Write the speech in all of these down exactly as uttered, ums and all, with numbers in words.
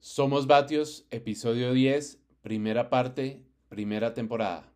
Somos Vatios, episodio diez, primera parte, primera temporada.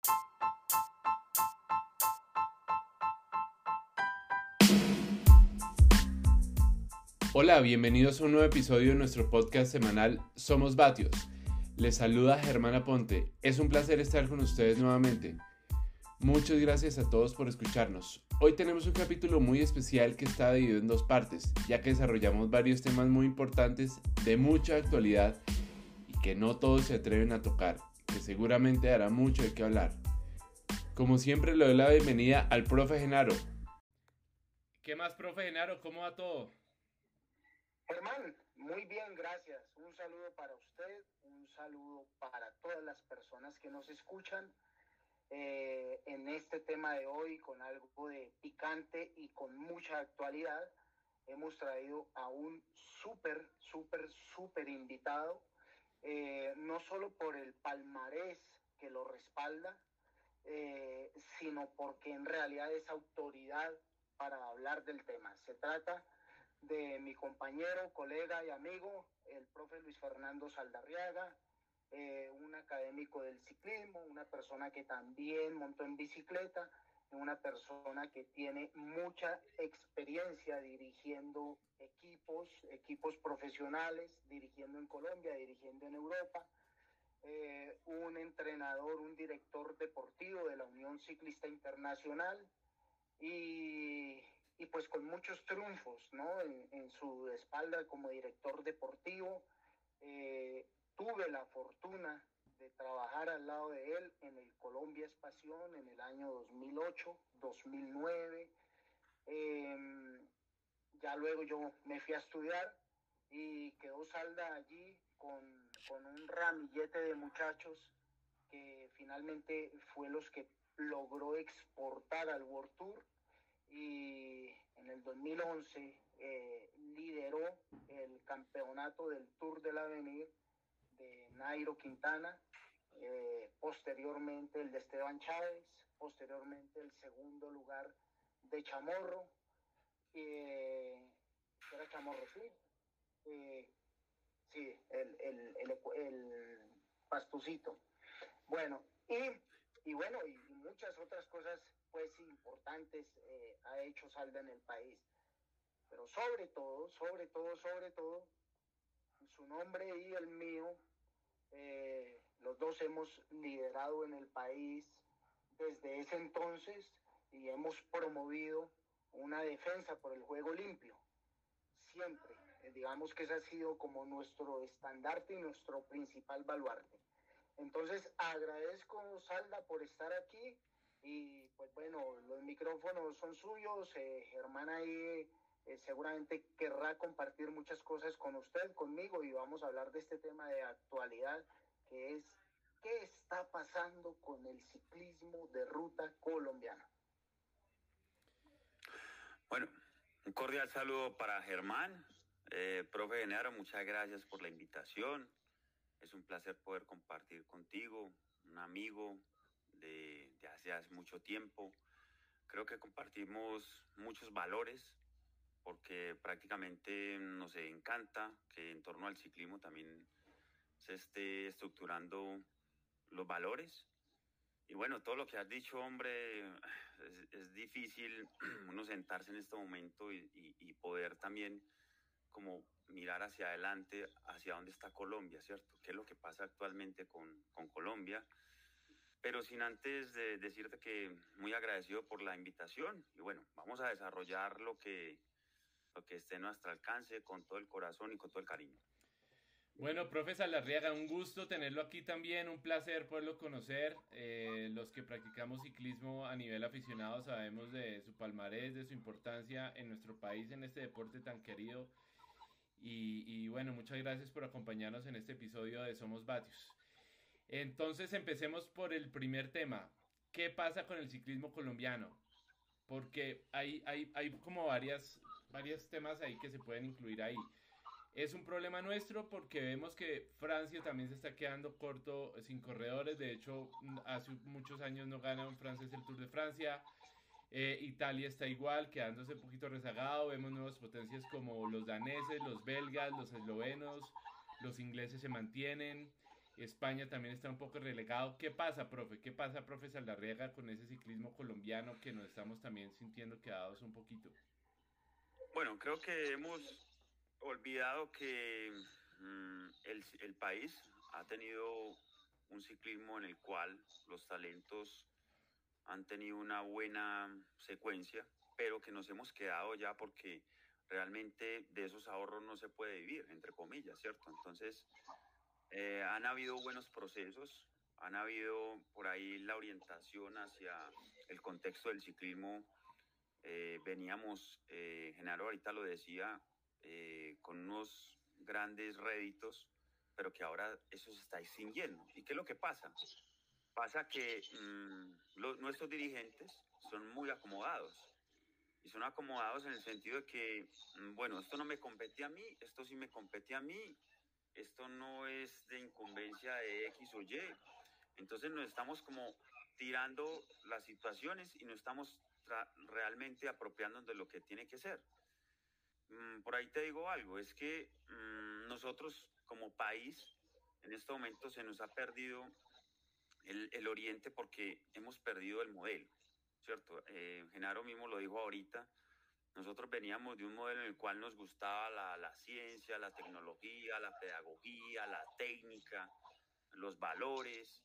Hola, bienvenidos a un nuevo episodio de nuestro podcast semanal Somos Vatios. Les saluda Germán Aponte. Es un placer estar con ustedes nuevamente. Muchas gracias a todos por escucharnos. Hoy tenemos un capítulo muy especial que está dividido en dos partes, ya que desarrollamos varios temas muy importantes de mucha actualidad y que no todos se atreven a tocar, que seguramente dará mucho de qué hablar. Como siempre, le doy la bienvenida al profe Genaro. ¿Qué más, profe Genaro? ¿Cómo va todo? Germán, muy bien, gracias. Un saludo para usted, un saludo para todas las personas que nos escuchan. Eh, en este tema de hoy, con algo de picante y con mucha actualidad, hemos traído a un súper, súper, súper invitado, eh, no solo por el palmarés que lo respalda, eh, sino porque en realidad es autoridad para hablar del tema. Se trata de mi compañero, colega y amigo, el profe Luis Fernando Saldarriaga, eh, un académico del ciclismo, una persona que también montó en bicicleta, una persona que tiene mucha experiencia dirigiendo equipos, equipos profesionales, dirigiendo en Colombia, dirigiendo en Europa, eh, un entrenador, un director deportivo de la Unión Ciclista Internacional y, y pues con muchos triunfos, ¿no? En, en su espalda como director deportivo. Eh, tuve la fortuna de trabajar al lado de él en el Colombia es Pasión en el año dos mil ocho, dos mil nueve. Eh, ya luego yo me fui a estudiar y quedó Salda allí con, con un ramillete de muchachos que finalmente fue los que logró exportar al World Tour, y en el dos mil once eh, lideró el campeonato del Tour del Avenir de Nairo Quintana, eh, posteriormente el de Esteban Chávez, posteriormente el segundo lugar de Chamorro, eh, era Chamorro, sí, eh, sí, el, el, el, el Pastucito. Bueno, y, y bueno, y, y muchas otras cosas pues importantes eh, ha hecho Salda en el país. Pero sobre todo, sobre todo, sobre todo, su nombre y el mío, eh, los dos hemos liderado en el país desde ese entonces y hemos promovido una defensa por el juego limpio. Siempre, eh, digamos que ese ha sido como nuestro estandarte y nuestro principal baluarte. Entonces agradezco, Salda, por estar aquí y pues bueno, los micrófonos son suyos. eh, Germán ahí eh, seguramente querrá compartir muchas cosas con usted, conmigo, y vamos a hablar de este tema de actualidad que es ¿qué está pasando con el ciclismo de ruta colombiano? Bueno, un cordial saludo para Germán. Eh, profe Genaro, muchas gracias por la invitación. Es un placer poder compartir contigo, un amigo de, de hace, hace mucho tiempo. Creo que compartimos muchos valores porque prácticamente nos encanta que en torno al ciclismo también se esté estructurando los valores. Y bueno, todo lo que has dicho, hombre, es, es difícil uno sentarse en este momento y, y, y poder también como mirar hacia adelante, hacia dónde está Colombia, ¿cierto? ¿Qué es lo que pasa actualmente con, con Colombia? Pero sin antes de decirte que muy agradecido por la invitación y bueno, vamos a desarrollar lo que, lo que esté a nuestro alcance con todo el corazón y con todo el cariño. Bueno, profe Saldarriaga, un gusto tenerlo aquí también, un placer poderlo conocer. Eh, los que practicamos ciclismo a nivel aficionado sabemos de su palmarés, de su importancia en nuestro país, en este deporte tan querido. Y, y bueno, muchas gracias por acompañarnos en este episodio de Somos Vatios. Entonces empecemos por el primer tema. ¿Qué pasa con el ciclismo colombiano? Porque hay, hay, hay como varias, varios temas ahí que se pueden incluir ahí. Es un problema nuestro porque vemos que Francia también se está quedando corto sin corredores. De hecho, hace muchos años no gana un francés el Tour de Francia. Eh, Italia está igual, quedándose un poquito rezagado. Vemos nuevas potencias como los daneses, los belgas, los eslovenos, los ingleses se mantienen, España también está un poco relegado. ¿Qué pasa, profe? ¿Qué pasa, profe Saldarriaga, con ese ciclismo colombiano que nos estamos también sintiendo quedados un poquito? Bueno, creo que hemos olvidado que mmm, el, el país ha tenido un ciclismo en el cual los talentos han tenido una buena secuencia, pero que nos hemos quedado ya porque realmente de esos ahorros no se puede vivir, entre comillas, ¿cierto? Entonces, eh, han habido buenos procesos, han habido por ahí la orientación hacia el contexto del ciclismo. Eh, veníamos, eh, Genaro ahorita lo decía, eh, con unos grandes réditos, pero que ahora eso se está extinguiendo. ¿Y qué es lo que pasa? Pasa que mmm, los, nuestros dirigentes son muy acomodados. Y son acomodados en el sentido de que, mmm, bueno, esto no me compete a mí, esto sí me compete a mí, esto no es de incumbencia de X o Y. Entonces nos estamos como tirando las situaciones y no estamos realmente apropiándonos de lo que tiene que ser. Mm, por ahí te digo algo, es que mmm, nosotros como país en este momento se nos ha perdido el, el oriente porque hemos perdido el modelo, ¿cierto? Eh, Genaro mismo lo dijo ahorita, nosotros veníamos de un modelo en el cual nos gustaba la, la ciencia, la tecnología, la pedagogía, la técnica, los valores,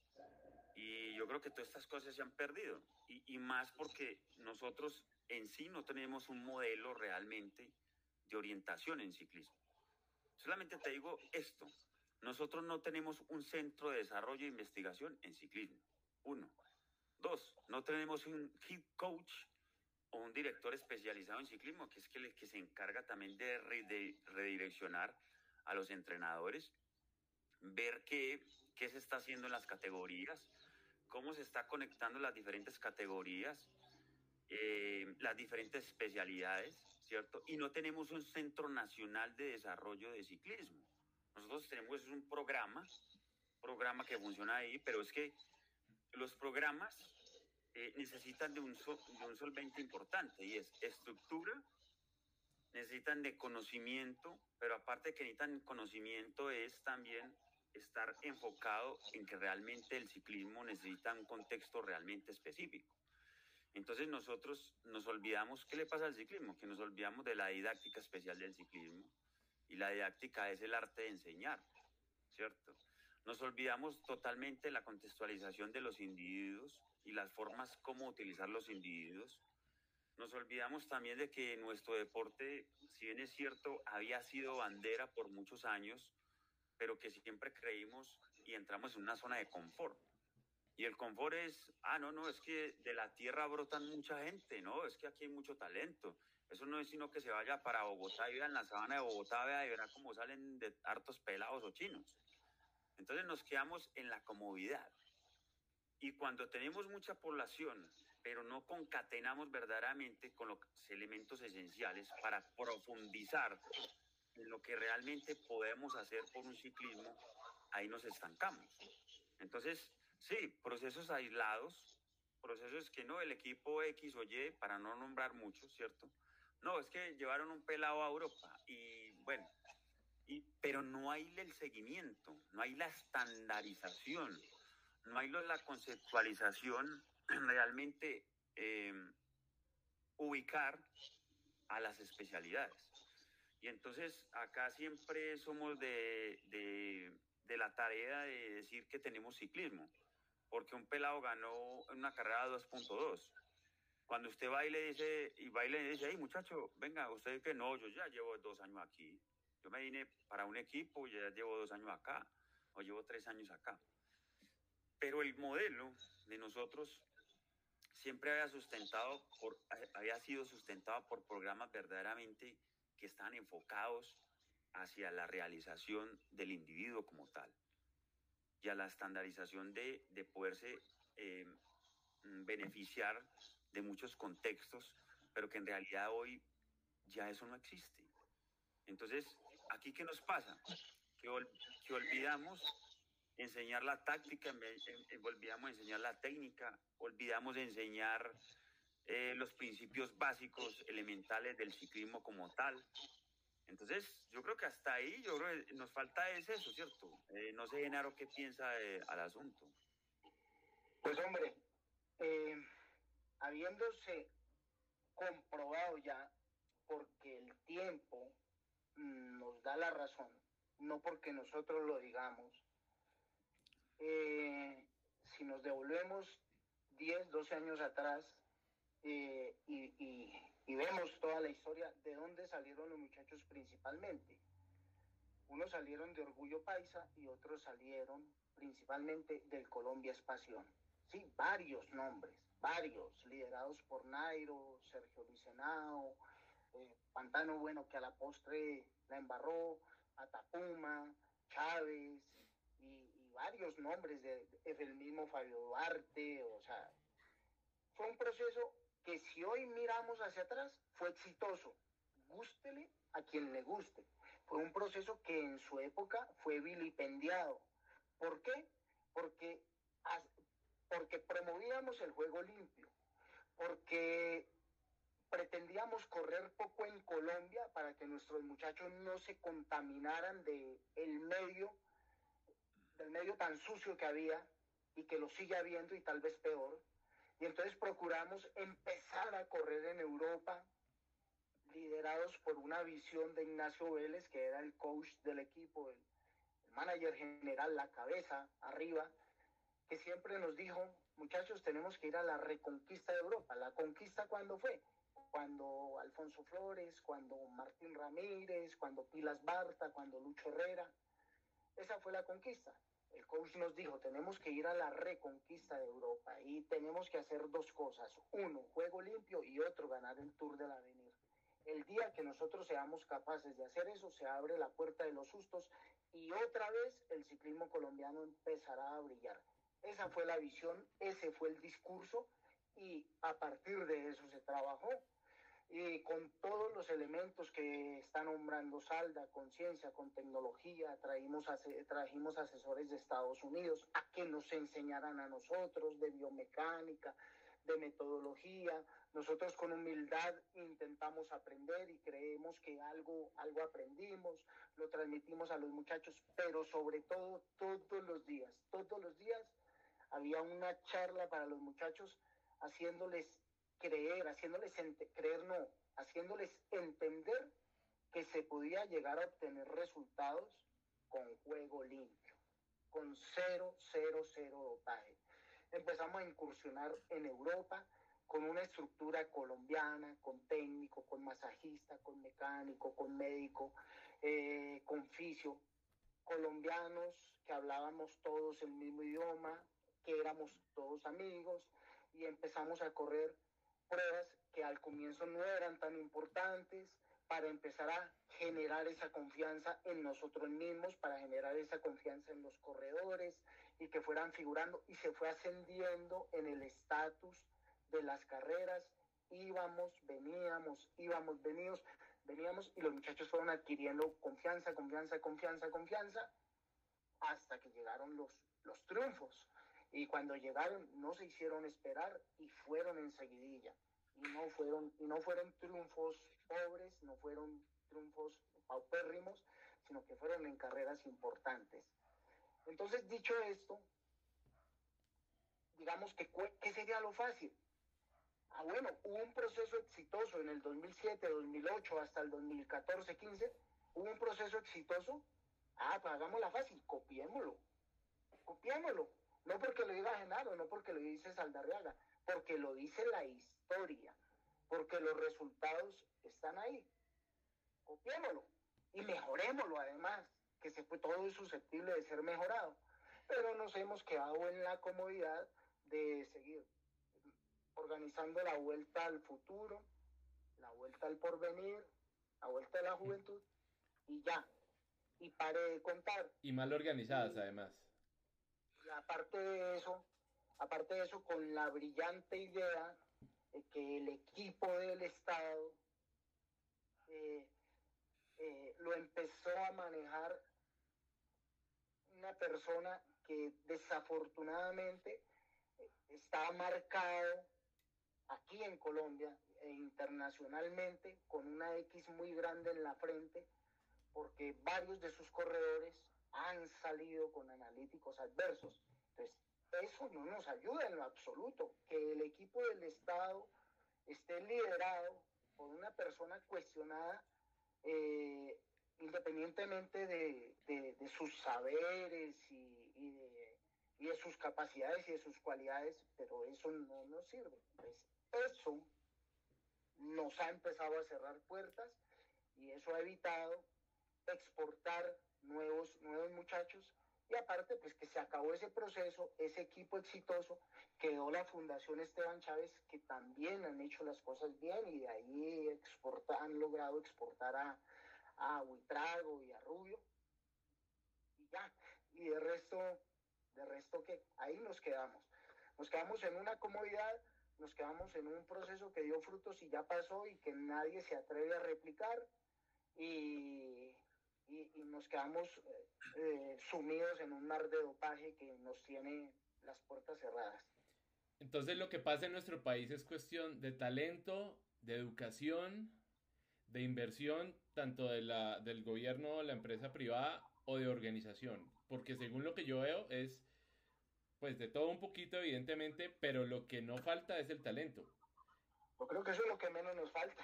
y yo creo que todas estas cosas se han perdido, y, y más porque nosotros en sí no tenemos un modelo realmente de orientación en ciclismo. Solamente te digo esto, nosotros no tenemos un centro de desarrollo e investigación en ciclismo, uno. Dos, no tenemos un head coach o un director especializado en ciclismo, que es que, que se encarga también de, re, de redireccionar a los entrenadores, ver qué, qué se está haciendo en las categorías, cómo se está conectando las diferentes categorías, eh, las diferentes especialidades, ¿cierto? Y no tenemos un Centro Nacional de Desarrollo de Ciclismo. Nosotros tenemos un programa, programa que funciona ahí, pero es que los programas eh, necesitan de un, sol, de un solvente importante, y es estructura, necesitan de conocimiento, pero aparte de que necesitan conocimiento es también estar enfocado en que realmente el ciclismo necesita un contexto realmente específico. Entonces nosotros nos olvidamos, ¿qué le pasa al ciclismo? Que nos olvidamos de la didáctica especial del ciclismo, y la didáctica es el arte de enseñar, ¿cierto? Nos olvidamos totalmente de la contextualización de los individuos y las formas como utilizar los individuos. Nos olvidamos también de que nuestro deporte, si bien es cierto, había sido bandera por muchos años, pero que siempre creímos y entramos en una zona de confort. Y el confort es, ah, no, no, es que de la tierra brotan mucha gente, no, es que aquí hay mucho talento. Eso no es sino que se vaya para Bogotá y vea en la sabana de Bogotá, vea y verá cómo salen de hartos pelados o chinos. Entonces nos quedamos en la comodidad. Y cuando tenemos mucha población, pero no concatenamos verdaderamente con los elementos esenciales para profundizar en lo que realmente podemos hacer por un ciclismo, ahí nos estancamos. Entonces, sí, procesos aislados, procesos que no, el equipo X o Y, para no nombrar muchos, ¿cierto? No, es que llevaron un pelado a Europa y bueno, y, pero no hay el seguimiento, no hay la estandarización, no hay la conceptualización, realmente eh, ubicar a las especialidades. Y entonces acá siempre somos de, de, de la tarea de decir que tenemos ciclismo, porque un pelado ganó una carrera dos punto dos. Cuando usted va y le dice, y va y le dice, hey muchacho, venga, usted que no, yo ya llevo dos años aquí. Yo me vine para un equipo, ya llevo dos años acá, o llevo tres años acá. Pero el modelo de nosotros siempre había sustentado por, había sido sustentado por programas verdaderamente que están enfocados hacia la realización del individuo como tal y a la estandarización de, de poderse eh, beneficiar de muchos contextos, pero que en realidad hoy ya eso no existe. Entonces, ¿aquí qué nos pasa? Que, ol, que olvidamos enseñar la táctica, en, en, en, olvidamos enseñar la técnica, olvidamos enseñar eh, los principios básicos elementales del ciclismo como tal. Entonces, yo creo que hasta ahí, yo creo que nos falta es eso, ¿cierto? Eh, no sé, Genaro, qué piensa eh, al asunto. Pues hombre, eh, habiéndose comprobado ya, porque el tiempo mm, nos da la razón, no porque nosotros lo digamos, eh, si nos devolvemos diez, doce años atrás eh, y, y, y vemos toda la historia, ¿de dónde salieron los muchachos principalmente? Unos salieron de Orgullo Paisa y otros salieron principalmente del Colombia es Pasión. Sí, varios nombres, varios, liderados por Nairo, Sergio Luis Henao, eh, Pantano, bueno, que a la postre la embarró, Atapuma, Chávez y, y varios nombres de, de, el mismo Fabio Duarte, o sea, fue un proceso que si hoy miramos hacia atrás fue exitoso, gústele a quien le guste. Fue un proceso que en su época fue vilipendiado. ¿Por qué? Porque, porque promovíamos el juego limpio, porque pretendíamos correr poco en Colombia para que nuestros muchachos no se contaminaran de el medio, del medio tan sucio que había y que lo sigue habiendo y tal vez peor. Y entonces procuramos empezar a correr en Europa, liderados por una visión de Ignacio Vélez, que era el coach del equipo, el, el manager general, la cabeza arriba, que siempre nos dijo, muchachos, tenemos que ir a la reconquista de Europa. ¿La conquista cuándo fue? Cuando Alfonso Flores, cuando Martín Ramírez, cuando Pilas Barta, cuando Lucho Herrera. Esa fue la conquista. El coach nos dijo, tenemos que ir a la reconquista de Europa y tenemos que hacer dos cosas. Uno, juego limpio y otro, ganar el Tour del Avenir. El día que nosotros seamos capaces de hacer eso, se abre la puerta de los sustos y otra vez el ciclismo colombiano empezará a brillar. Esa fue la visión, ese fue el discurso y a partir de eso se trabajó. Y con todos los elementos que está nombrando Salda, con ciencia, con tecnología, traímos, trajimos asesores de Estados Unidos a que nos enseñaran a nosotros de biomecánica, de metodología. Nosotros con humildad intentamos aprender y creemos que algo, algo aprendimos, lo transmitimos a los muchachos, pero sobre todo todos los días, todos los días había una charla para los muchachos haciéndoles creer, haciéndoles ente- creer no, haciéndoles entender que se podía llegar a obtener resultados con juego limpio, con cero, cero, cero dopaje. Empezamos a incursionar en Europa con una estructura colombiana, con técnico, con masajista, con mecánico, con médico, eh, con fisio, colombianos que hablábamos todos el mismo idioma, que éramos todos amigos y empezamos a correr pruebas que al comienzo no eran tan importantes para empezar a generar esa confianza en nosotros mismos, para generar esa confianza en los corredores y que fueran figurando y se fue ascendiendo en el estatus de las carreras, íbamos, veníamos, íbamos, veníamos, veníamos y los muchachos fueron adquiriendo confianza, confianza, confianza, confianza hasta que llegaron los, los triunfos. Y cuando llegaron no se hicieron esperar y fueron enseguidilla. Y no fueron, y no fueron triunfos pobres, no fueron triunfos paupérrimos, sino que fueron en carreras importantes. Entonces, dicho esto, digamos que ¿qué sería lo fácil? Ah, bueno, hubo un proceso exitoso en el dos mil siete, dos mil ocho, hasta el dos mil catorce, quince, hubo un proceso exitoso. Ah, pues hagámosla fácil, copiémoslo, copiémoslo. No porque lo diga Genaro, no porque lo dice Saldarriaga, porque lo dice la historia, porque los resultados están ahí. Copiémoslo y mejorémoslo además, que se, todo es susceptible de ser mejorado. Pero nos hemos quedado en la comodidad de seguir organizando la vuelta al futuro, la vuelta al porvenir, la vuelta a la juventud y ya. Y pare de contar. Y mal organizadas y, además. Y aparte de eso, aparte de eso, con la brillante idea de que el equipo del Estado eh, eh, lo empezó a manejar una persona que desafortunadamente está marcado aquí en Colombia, e internacionalmente con una X muy grande en la frente, porque varios de sus corredores han salido con analíticos adversos. Entonces, eso no nos ayuda en lo absoluto. Que el equipo del Estado esté liderado por una persona cuestionada, eh, independientemente de, de, de sus saberes y, y, de, y de sus capacidades y de sus cualidades, pero eso no nos sirve. Entonces, eso nos ha empezado a cerrar puertas y eso ha evitado exportar nuevos, nuevos muchachos. Y aparte, pues que se acabó ese proceso, ese equipo exitoso, quedó la Fundación Esteban Chávez, que también han hecho las cosas bien y de ahí exporta, han logrado exportar a, a Buitrago y a Rubio. Y ya, y de resto, de resto que ahí nos quedamos. Nos quedamos en una comodidad, nos quedamos en un proceso que dio frutos y ya pasó y que nadie se atreve a replicar. Y, y, y nos quedamos eh, sumidos en un mar de dopaje que nos tiene las puertas cerradas. Entonces lo que pasa en nuestro país es cuestión de talento, de educación, de inversión, tanto de la, del gobierno, la empresa privada o de organización. Porque según lo que yo veo es, pues de todo un poquito evidentemente, pero lo que no falta es el talento. Yo creo que eso es lo que menos nos falta.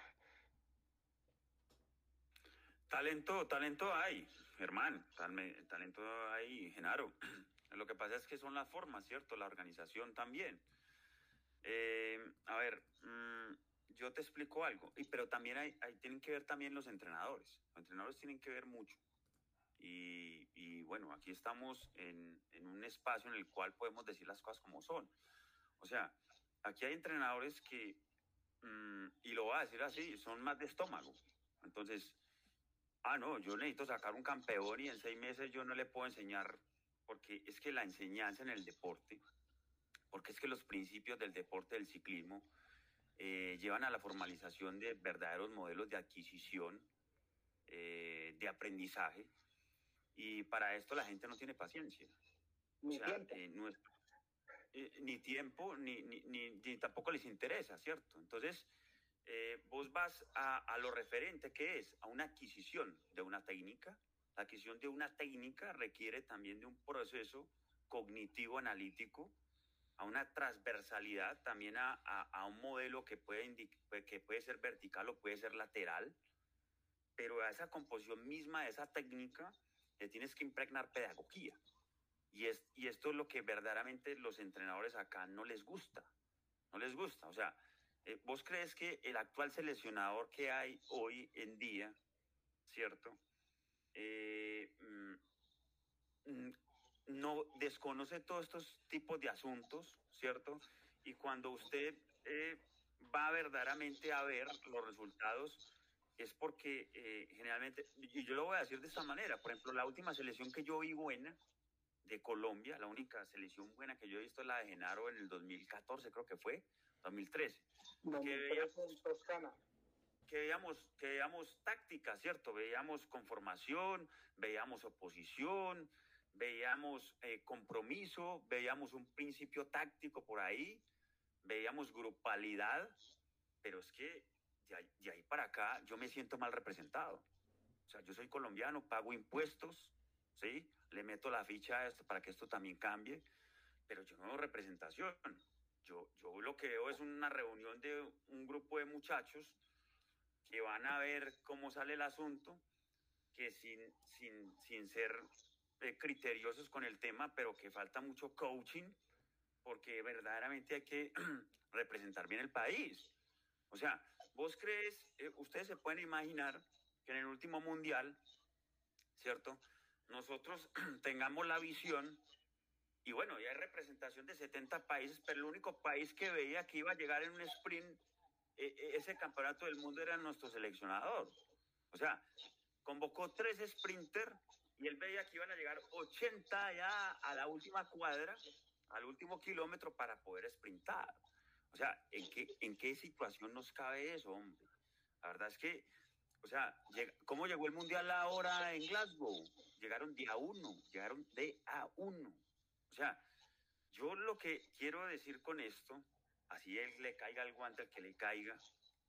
Talento, talento hay, Germán, talento hay, Genaro. Lo que pasa es que son las formas, ¿cierto? La organización también. Eh, a ver, mmm, yo te explico algo, y, pero también hay, hay, tienen que ver también los entrenadores. Los entrenadores tienen que ver mucho. Y, y bueno, aquí estamos en, en un espacio en el cual podemos decir las cosas como son. O sea, aquí hay entrenadores que, mmm, y lo voy a decir así, son más de estómago. Entonces, ah, no, yo necesito sacar un campeón y en seis meses yo no le puedo enseñar, porque es que la enseñanza en el deporte, porque es que los principios del deporte del ciclismo eh, llevan a la formalización de verdaderos modelos de adquisición, eh, de aprendizaje, y para esto la gente no tiene paciencia. Ni o sea, tiempo. Eh, no es, eh, ni tiempo, ni, ni, ni, ni tampoco les interesa, ¿cierto? Entonces, Eh, vos vas a, a lo referente que es a una adquisición de una técnica. La adquisición de una técnica requiere también de un proceso cognitivo analítico, a una transversalidad, también a, a, a un modelo que puede, indicar, que puede ser vertical o puede ser lateral, pero a esa composición misma de esa técnica le tienes que impregnar pedagogía. Y, es, y esto es lo que verdaderamente los entrenadores acá no les gusta, no les gusta, o sea, Eh, ¿vos crees que el actual seleccionador que hay hoy en día, ¿cierto? Eh, mm, no desconoce todos estos tipos de asuntos, ¿cierto? Y cuando usted eh, va verdaderamente a ver los resultados, es porque eh, generalmente, y yo lo voy a decir de esta manera, por ejemplo, la última selección que yo vi buena de Colombia, la única selección buena que yo he visto es la de Genaro en el dos mil catorce, creo que fue, dos mil trece. dos mil trece en Toscana. Que veíamos, que veíamos táctica, ¿cierto? Veíamos conformación, veíamos oposición, veíamos eh, compromiso, veíamos un principio táctico por ahí, veíamos grupalidad, pero es que de ahí, de ahí para acá yo me siento mal representado. O sea, yo soy colombiano, pago impuestos, ¿sí? Le meto la ficha a esto para que esto también cambie, pero yo no veo representación. Yo, yo lo que veo es una reunión de un grupo de muchachos que van a ver cómo sale el asunto, que sin, sin, sin ser eh, criteriosos con el tema, pero que falta mucho coaching, porque verdaderamente hay que representar bien el país. O sea, vos crees, eh, ustedes se pueden imaginar que en el último mundial, ¿cierto? Nosotros tengamos la visión. Y bueno, ya hay representación de setenta países, pero el único país que veía que iba a llegar en un sprint, eh, ese campeonato del mundo, era nuestro seleccionador. O sea, convocó tres sprinters y él veía que iban a llegar ochenta ya a la última cuadra, al último kilómetro para poder sprintar. O sea, ¿en qué, en qué situación nos cabe eso, hombre? La verdad es que, o sea, ¿cómo llegó el mundial ahora en Glasgow? Llegaron de a uno, llegaron de a uno. O sea, yo lo que quiero decir con esto, así él le caiga el guante al que le caiga,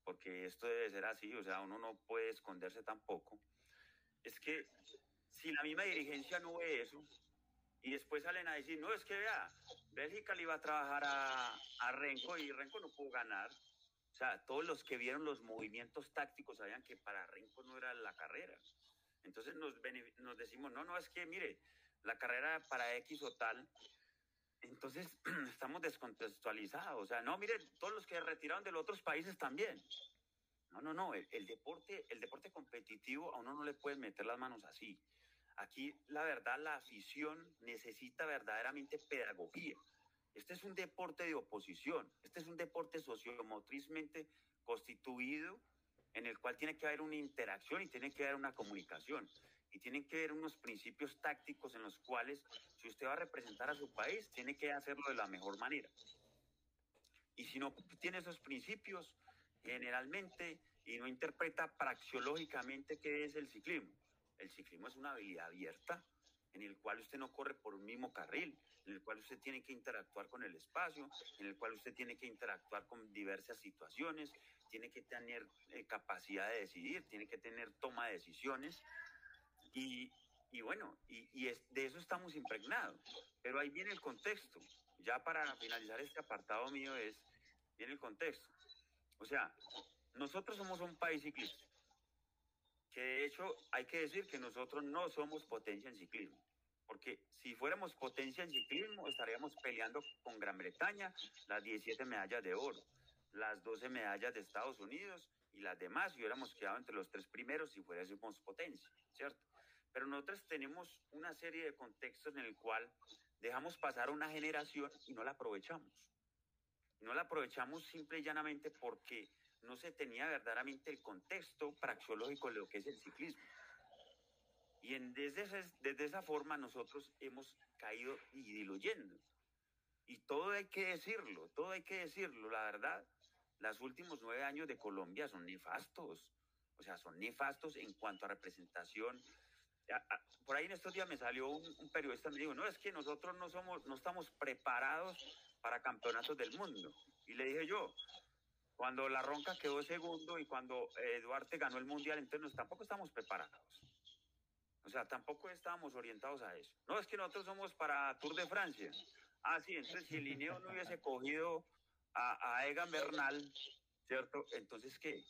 porque esto debe ser así, o sea, uno no puede esconderse tampoco, es que si la misma dirigencia no ve eso, y después salen a decir, no, es que vea, Bélgica le iba a trabajar a, a Renko y Renko no pudo ganar. O sea, todos los que vieron los movimientos tácticos sabían que para Renko no era la carrera. Entonces nos, nos decimos, no, no, es que mire, la carrera para X o tal. Entonces estamos descontextualizados. O sea, no, mire, todos los que retiraron de los otros países también. No, no, no, el, el, deporte, el deporte competitivo a uno no le puede meter las manos así. Aquí, la verdad, la afición necesita verdaderamente pedagogía. Este es un deporte de oposición, este es un deporte sociomotrizmente constituido en el cual tiene que haber una interacción y tiene que haber una comunicación. Y tienen que haber unos principios tácticos en los cuales, si usted va a representar a su país, tiene que hacerlo de la mejor manera. Y si no tiene esos principios, generalmente, y no interpreta praxeológicamente qué es el ciclismo. El ciclismo es una habilidad abierta en el cual usted no corre por un mismo carril, en el cual usted tiene que interactuar con el espacio, en el cual usted tiene que interactuar con diversas situaciones, tiene que tener eh, capacidad de decidir, tiene que tener toma de decisiones y, y bueno, y, y es, de eso estamos impregnados. Pero ahí viene el contexto. Ya para finalizar este apartado mío es, viene el contexto. O sea, nosotros somos un país ciclista, que de hecho hay que decir que nosotros no somos potencia en ciclismo, porque si fuéramos potencia en ciclismo estaríamos peleando con Gran Bretaña las diecisiete medallas de oro, las doce medallas de Estados Unidos y las demás, y hubiéramos quedado entre los tres primeros si fuéramos potencia, ¿cierto? Pero nosotros tenemos una serie de contextos en el cual dejamos pasar una generación y no la aprovechamos. No la aprovechamos simple y llanamente porque no se tenía verdaderamente el contexto praxeológico de lo que es el ciclismo. Y en, desde, ese, desde esa forma nosotros hemos caído y diluyendo. Y todo hay que decirlo, todo hay que decirlo. La verdad, los últimos nueve años de Colombia son nefastos. O sea, son nefastos en cuanto a representación. A, a, por ahí en estos días me salió un, un periodista y me dijo, no, es que nosotros no, somos, no estamos preparados para campeonatos del mundo. Y le dije yo, cuando La Ronca quedó segundo y cuando eh, Duarte ganó el Mundial, entonces tampoco estamos preparados. O sea, tampoco estábamos orientados a eso. No, es que nosotros somos para Tour de Francia. Ah, sí, entonces si el Linneo no hubiese cogido a, a Egan Bernal, ¿cierto? Entonces, ¿qué?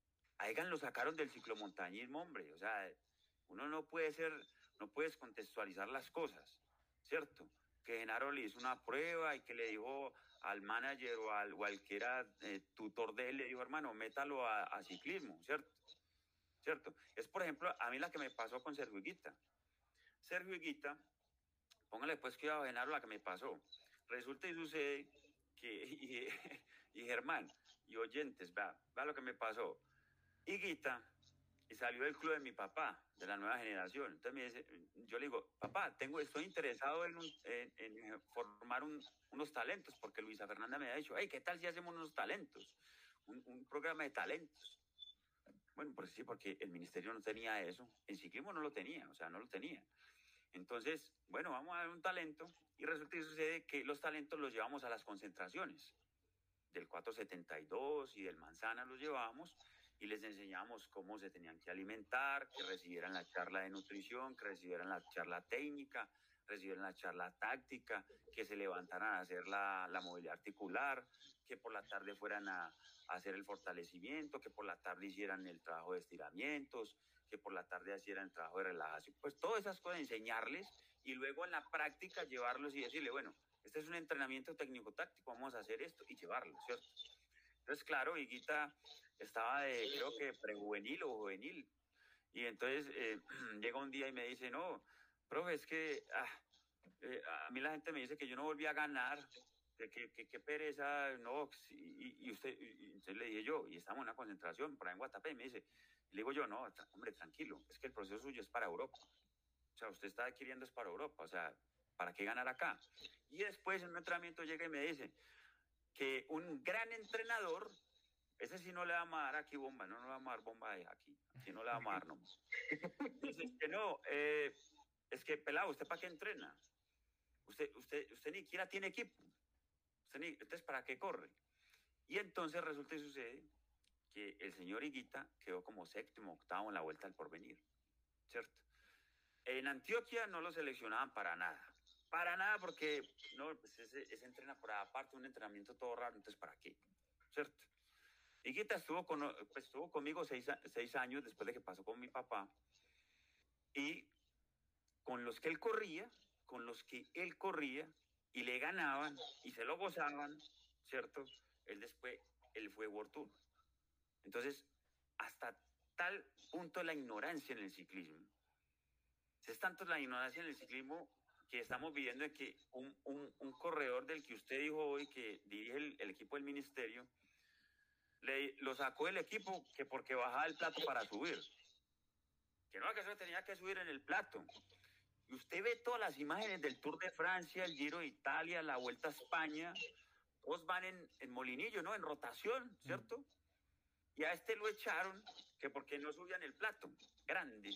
A Egan lo sacaron del ciclomontañismo, hombre. O sea, uno no puede ser, no puedes contextualizar las cosas, ¿cierto? Que Genaro le hizo una prueba y que le dijo al manager o al, o al que era eh, tutor de él, le dijo, hermano, métalo a, a ciclismo, ¿cierto? ¿Cierto? Es, por ejemplo, a mí la que me pasó con Sergio Higuita. Sergio Higuita, póngale pues cuidado a Genaro la que me pasó. Resulta y sucede que, y, y Germán, y oyentes, vea, vea lo que me pasó. Higuita, y salió del club de mi papá, de la nueva generación. Entonces me dice, yo le digo, papá, tengo, estoy interesado en, un, en, en formar un, unos talentos, porque Luisa Fernanda me ha dicho, hey, ¿qué tal si hacemos unos talentos? Un, un programa de talentos. Bueno, pues sí, porque el ministerio no tenía eso, en ciclismo no lo tenía, o sea, no lo tenía. Entonces, bueno, vamos a dar un talento, y resulta y sucede que los talentos los llevamos a las concentraciones, del cuatrocientos setenta y dos y del Manzana los llevamos, y les enseñamos cómo se tenían que alimentar, que recibieran la charla de nutrición, que recibieran la charla técnica, recibieran la charla táctica, que se levantaran a hacer la, la movilidad articular, que por la tarde fueran a, a hacer el fortalecimiento, que por la tarde hicieran el trabajo de estiramientos, que por la tarde hicieran el trabajo de relajación. Pues todas esas cosas enseñarles y luego en la práctica llevarlos y decirle, bueno, este es un entrenamiento técnico-táctico, vamos a hacer esto y llevarlo, ¿cierto? Entonces, claro, Higuita estaba de, creo que prejuvenil o juvenil. Y entonces eh, llega un día y me dice, no, profe, es que ah, eh, a mí la gente me dice que yo no volví a ganar, que, que, que, que pereza, no, y, y usted, y entonces le dije yo, y estamos en una concentración por ahí en Guatapé, y me dice, y le digo yo, no, hombre, tranquilo, es que el proceso suyo es para Europa. O sea, usted está adquiriendo es para Europa, o sea, ¿para qué ganar acá? Y después en un entrenamiento llega y me dice que un gran entrenador, ese sí no le vamos a dar aquí bomba, no, no le vamos a dar bomba de aquí, aquí no le vamos a dar nomás. Dice que no, eh, es que pelado, ¿usted para qué entrena? Usted, usted, usted ni siquiera tiene equipo, usted ni, entonces ¿para qué corre? Y entonces resulta y sucede que el señor Higuita quedó como séptimo, octavo en la Vuelta al Porvenir, ¿cierto? En Antioquia no lo seleccionaban para nada, para nada, porque no, pues ese, ese entrena por aparte, un entrenamiento todo raro, entonces ¿para qué? ¿Cierto? Higuita estuvo, con, pues, estuvo conmigo seis, seis años después de que pasó con mi papá, y con los que él corría, con los que él corría, y le ganaban, y se lo gozaban, ¿cierto? Él después, él fue World Tour. Entonces, hasta tal punto la ignorancia en el ciclismo, es tanto la ignorancia en el ciclismo que estamos viviendo de que un, un, un corredor del que usted dijo hoy, que dirige el, el equipo del ministerio, le, lo sacó del equipo que porque bajaba el plato para subir. Que no, que eso tenía que subir en el plato. Y usted ve todas las imágenes del Tour de Francia, el Giro de Italia, la Vuelta a España, todos van en, en molinillo, ¿no? En rotación, ¿cierto? Y a este lo echaron que porque no subían el plato, grande.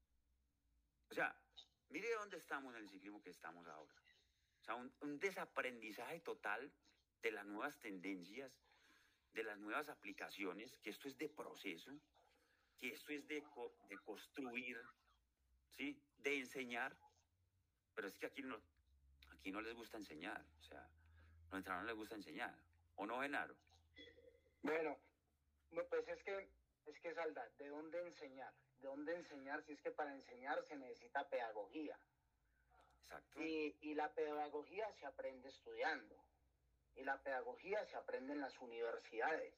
O sea, mire dónde estamos en el ciclismo que estamos ahora. O sea, un, un desaprendizaje total de las nuevas tendencias, de las nuevas aplicaciones, que esto es de proceso, que esto es de, de construir, ¿sí? De enseñar. Pero es que aquí no, aquí no les gusta enseñar. O sea, a los entrenadores no les gusta enseñar. ¿O no, Genaro? Bueno, no, pues es que, es que Salda, ¿de dónde enseñar? ¿De dónde enseñar si es que para enseñar se necesita pedagogía? Exacto. Y, y la pedagogía se aprende estudiando. Y la pedagogía se aprende en las universidades.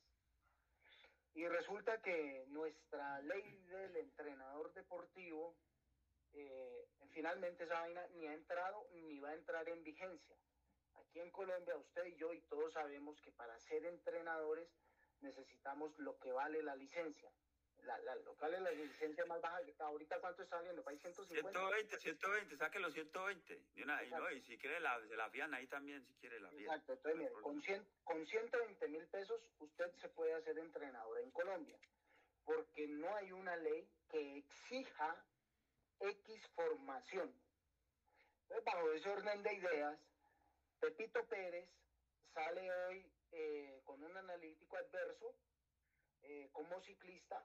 Y resulta que nuestra ley del entrenador deportivo, eh, finalmente esa vaina ni ha entrado ni va a entrar en vigencia. Aquí en Colombia, usted y yo y todos sabemos que para ser entrenadores necesitamos lo que vale la licencia. La, la, lo que vale la licencia más baja, ahorita ¿cuánto está saliendo? ¿Para ciento cincuenta? ciento veinte, ciento veinte, saque los ciento veinte. Y, una, y, no, y si quiere la, se la fían ahí también, si quiere la fían. Exacto, entonces mire, con, cien, con ciento veinte mil pesos usted se puede hacer entrenador en Colombia, porque no hay una ley que exija X formación. Entonces, bajo ese orden de ideas, Pepito Pérez sale hoy eh, con un analítico adverso eh, como ciclista.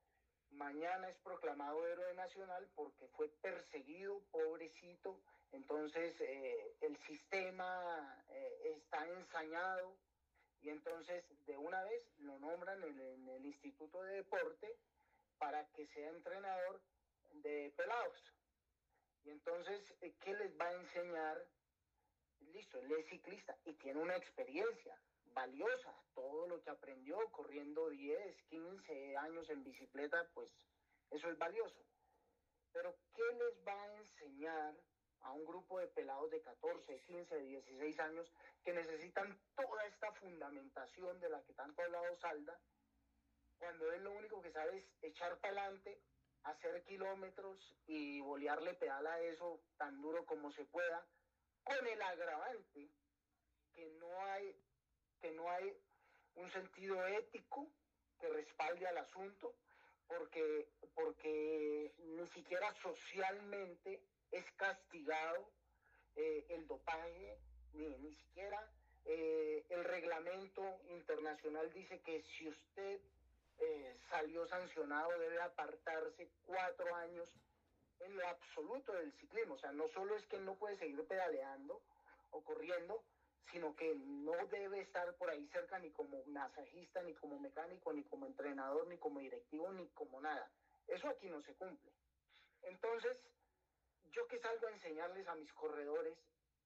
Mañana es proclamado héroe nacional porque fue perseguido, pobrecito. Entonces eh, el sistema eh, está ensañado y entonces de una vez lo nombran en, en el Instituto de Deporte para que sea entrenador de pelados. Y entonces, ¿qué les va a enseñar? Listo, él es ciclista y tiene una experiencia valiosa. Todo lo que aprendió corriendo diez, quince años en bicicleta, pues eso es valioso. Pero ¿qué les va a enseñar a un grupo de pelados de catorce, quince, dieciséis años que necesitan toda esta fundamentación de la que tanto ha hablado Salda, cuando él lo único que sabe es echar para adelante, hacer kilómetros y bolearle pedal a eso tan duro como se pueda, con el agravante que no hay, que no hay un sentido ético que respalde al asunto, porque, porque ni siquiera socialmente es castigado eh, el dopaje, ni, ni siquiera eh, el reglamento internacional dice que si usted eh, salió sancionado debe apartarse cuatro años en lo absoluto del ciclismo. O sea, no solo es que no puede seguir pedaleando o corriendo, sino que no debe estar por ahí cerca ni como masajista, ni como mecánico, ni como entrenador, ni como directivo, ni como nada. Eso aquí no se cumple. Entonces, yo que salgo a enseñarles a mis corredores,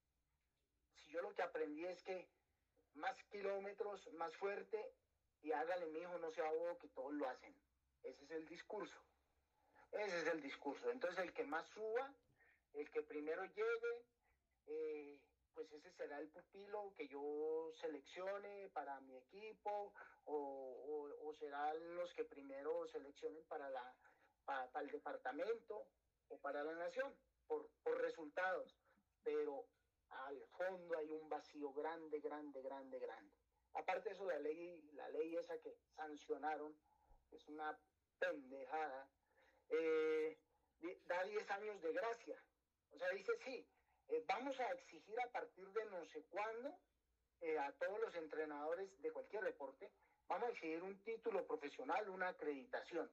si yo lo que aprendí es que más kilómetros, más fuerte, y hágale, mijo, no sea bobo, que todos lo hacen. Ese es el discurso. Ese es el discurso. Entonces, el que más suba, el que primero llegue, eh, pues ese será el pupilo que yo seleccione para mi equipo, o, o, o serán los que primero seleccionen para, la, para, para el departamento o para la nación, por, por resultados. Pero al fondo hay un vacío grande, grande, grande, grande. Aparte de eso, la ley, la ley esa que sancionaron, es una pendejada, eh, da diez años de gracia. O sea, dice, sí, eh, vamos a exigir a partir de no sé cuándo eh, a todos los entrenadores de cualquier deporte vamos a exigir un título profesional, una acreditación.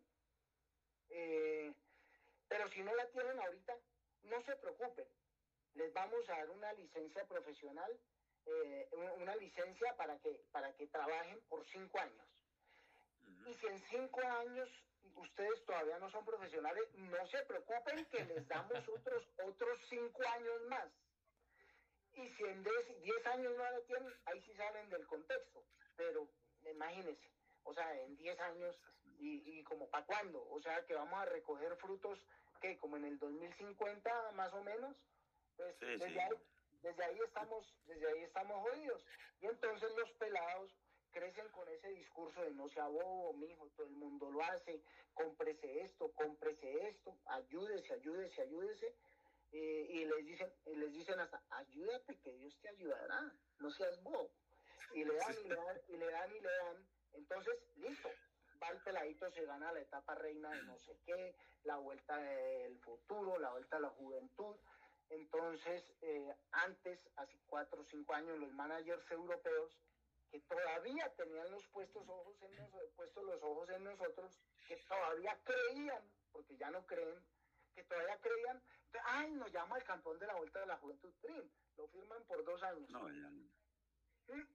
Eh, pero si no la tienen ahorita, no se preocupen, les vamos a dar una licencia profesional, eh, una licencia para que, para que trabajen por cinco años. Uh-huh. Y si en cinco años ustedes todavía no son profesionales, no se preocupen que les damos otros, otros cinco años más. Y si en diez años no la tienen, ahí sí salen del contexto. Pero imagínense, o sea, en diez años, y, y como para cuándo, o sea, que vamos a recoger frutos, que como en el dos mil cincuenta más o menos, pues sí, desde, sí. Ahí, desde ahí estamos, desde ahí estamos jodidos. Y entonces los pelados crecen con ese discurso de no sea bobo, mijo, todo el mundo lo hace, cómprese esto, cómprese esto, ayúdese, ayúdese, ayúdese. Eh, y les dicen, y les dicen hasta, ayúdate que Dios te ayudará, no seas bobo. Y le dan, y le dan, y le dan, y le dan. Entonces, listo, va el peladito, se gana la etapa reina de no sé qué, la vuelta del futuro, la vuelta a la juventud. Entonces, eh, antes, hace cuatro o cinco años, los managers europeos, que todavía tenían los puestos, ojos en nos, puestos los ojos en nosotros, que todavía creían, porque ya no creen, que todavía creían, ay, nos llama el campeón de la Vuelta de la Juventud, Trin, lo firman por dos años. No, ya no. ¿Sí?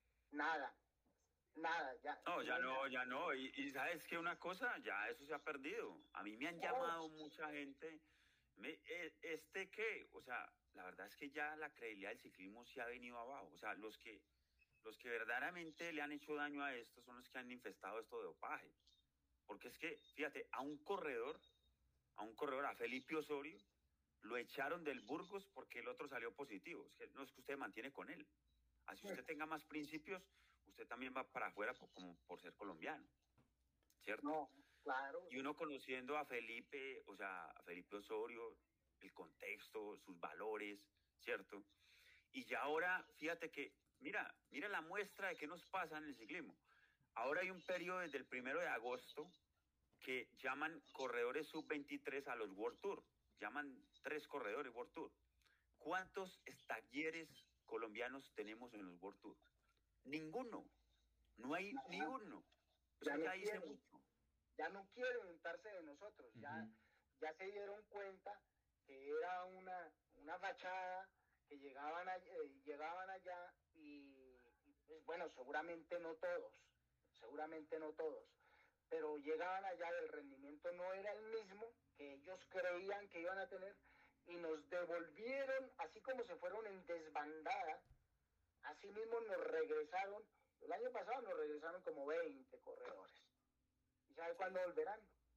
Nada, nada, ya. No, ya no, ya no, y, y sabes que una cosa, ya eso se ha perdido. A mí me han llamado mucha gente, me, este qué, o sea, la verdad es que ya la credibilidad del ciclismo se ha venido abajo, o sea, los que, los que verdaderamente le han hecho daño a esto son los que han infestado esto de dopaje, porque es que, fíjate, a un corredor, a un corredor, a Felipe Osorio, lo echaron del Burgos porque el otro salió positivo. Es que no es que usted mantiene con él. Así usted tenga más principios, usted también va para afuera por, como por ser colombiano, ¿cierto? No, claro. Y uno conociendo a Felipe, o sea, a Felipe Osorio, el contexto, sus valores, ¿cierto? Y ya ahora, fíjate que, mira, mira la muestra de qué nos pasa en el ciclismo. Ahora hay un periodo desde el primero de agosto que llaman corredores sub veintitrés a los World Tour. Llaman tres corredores World Tour. ¿Cuántos talleres colombianos tenemos en los World Tour? Ninguno. No hay Ajá. ni uno. Ya, Eso no ya dice quieren, mucho. Ya no quieren untarse de nosotros. Uh-huh. Ya, ya se dieron cuenta que era una, una fachada, que llegaban, a, eh, llegaban allá y, y pues, bueno, seguramente no todos. Seguramente no todos. Pero llegaban allá, el rendimiento no era el mismo que ellos creían que iban a tener y nos devolvieron, así como se fueron en desbandada, así mismo nos regresaron, el año pasado nos regresaron como veinte corredores. ¿Y sabe cuándo volverán?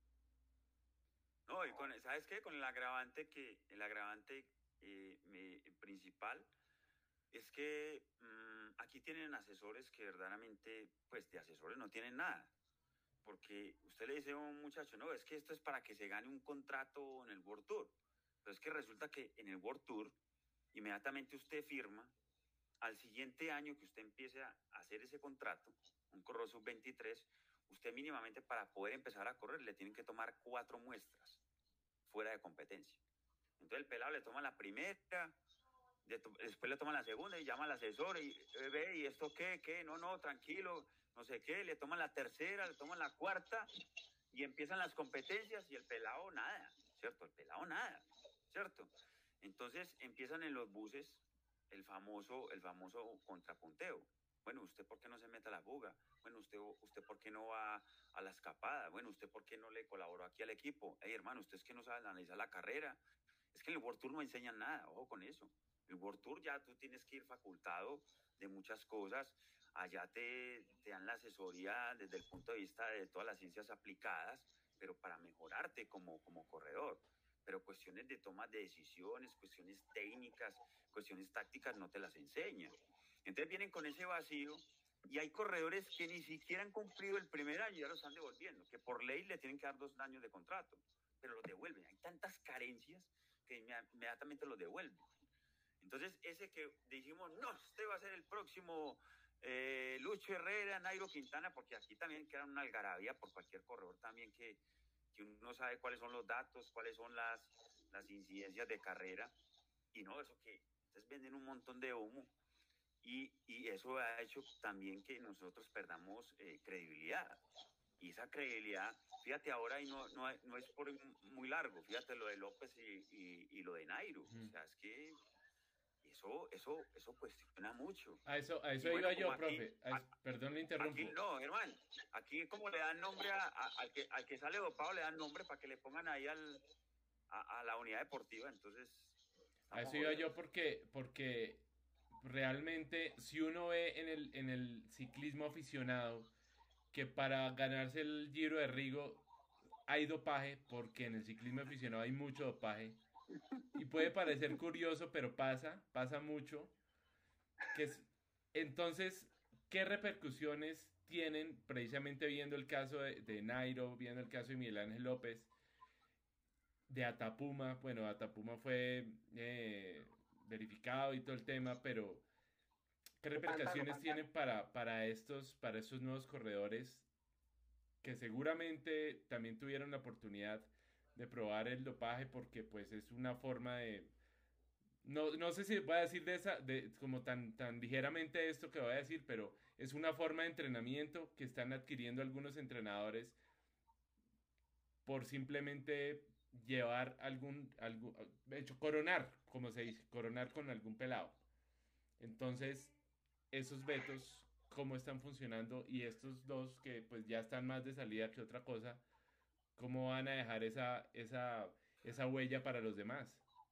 No, y con, ¿sabes qué? Con el agravante que, el agravante eh, me, principal es que mmm, aquí tienen asesores que verdaderamente, pues de asesores no tienen nada. Porque usted le dice a un muchacho, no, es que esto es para que se gane un contrato en el World Tour. Pero es que resulta que en el World Tour, inmediatamente usted firma, al siguiente año que usted empiece a hacer ese contrato, un corredor sub veintitrés, usted mínimamente para poder empezar a correr le tienen que tomar cuatro muestras fuera de competencia. Entonces el pelado le toma la primera, de, después le toma la segunda y llama al asesor y eh, ve, ¿y esto qué? ¿Qué? No, no, tranquilo. No sé qué, le toman la tercera, le toman la cuarta y empiezan las competencias y el pelado nada, ¿cierto? El pelado nada, ¿cierto? Entonces empiezan en los buses el famoso, el famoso contrapunteo. Bueno, ¿usted por qué no se mete a la fuga? Bueno, ¿usted, usted por qué no va a la escapada? Bueno, ¿usted por qué no le colaboró aquí al equipo? Hey, hermano, ¿usted es que no sabe analizar la carrera? Es que en el World Tour no enseñan nada, ojo con eso. El World Tour ya tú tienes que ir facultado de muchas cosas. Allá te, te dan la asesoría desde el punto de vista de todas las ciencias aplicadas, pero para mejorarte como, como corredor. Pero cuestiones de toma de decisiones, cuestiones técnicas, cuestiones tácticas no te las enseñan. Entonces vienen con ese vacío y hay corredores que ni siquiera han cumplido el primer año y ya los están devolviendo, que por ley le tienen que dar dos años de contrato, pero los devuelven. Hay tantas carencias que inmediatamente los devuelven. Entonces ese que dijimos, no, este va a ser el próximo... Eh, Lucho Herrera, Nairo Quintana, porque aquí también queda una algarabía por cualquier corredor también que, que uno no sabe cuáles son los datos, cuáles son las, las incidencias de carrera, y no, eso que entonces venden un montón de humo, y, y eso ha hecho también que nosotros perdamos eh, credibilidad. Y esa credibilidad, fíjate ahora, y no, no, no es por muy largo, fíjate lo de López y, y, y lo de Nairo. Mm. O sea, es que eso, eso, eso cuestiona mucho. A eso, a eso bueno, iba yo, aquí, profe. A, perdón, le interrumpo. Aquí no, hermano. Aquí como le dan nombre a, a, al, que, al que sale dopado, le dan nombre para que le pongan ahí al, a, a la unidad deportiva. Entonces, a eso iba yo porque, porque realmente si uno ve en el, en el ciclismo aficionado que para ganarse el Giro de Rigo hay dopaje, porque en el ciclismo aficionado hay mucho dopaje. Y puede parecer curioso, pero pasa, pasa mucho. Que es, entonces, ¿qué repercusiones tienen, precisamente viendo el caso de, de Nairo, viendo el caso de Miguel Ángel López, de Atapuma? Bueno, Atapuma fue eh, verificado y todo el tema, pero ¿qué repercusiones tienen para, para, estos, para estos nuevos corredores que seguramente también tuvieron la oportunidad de probar el dopaje, porque pues es una forma de, no, no sé si voy a decir de esa, de, como tan, tan ligeramente esto que voy a decir, pero es una forma de entrenamiento que están adquiriendo algunos entrenadores por simplemente llevar algún, algún de hecho, coronar, como se dice, coronar con algún pelado. Entonces, esos vetos, cómo están funcionando, y estos dos que pues ya están más de salida que otra cosa, ¿cómo van a dejar esa, esa, esa huella para los demás?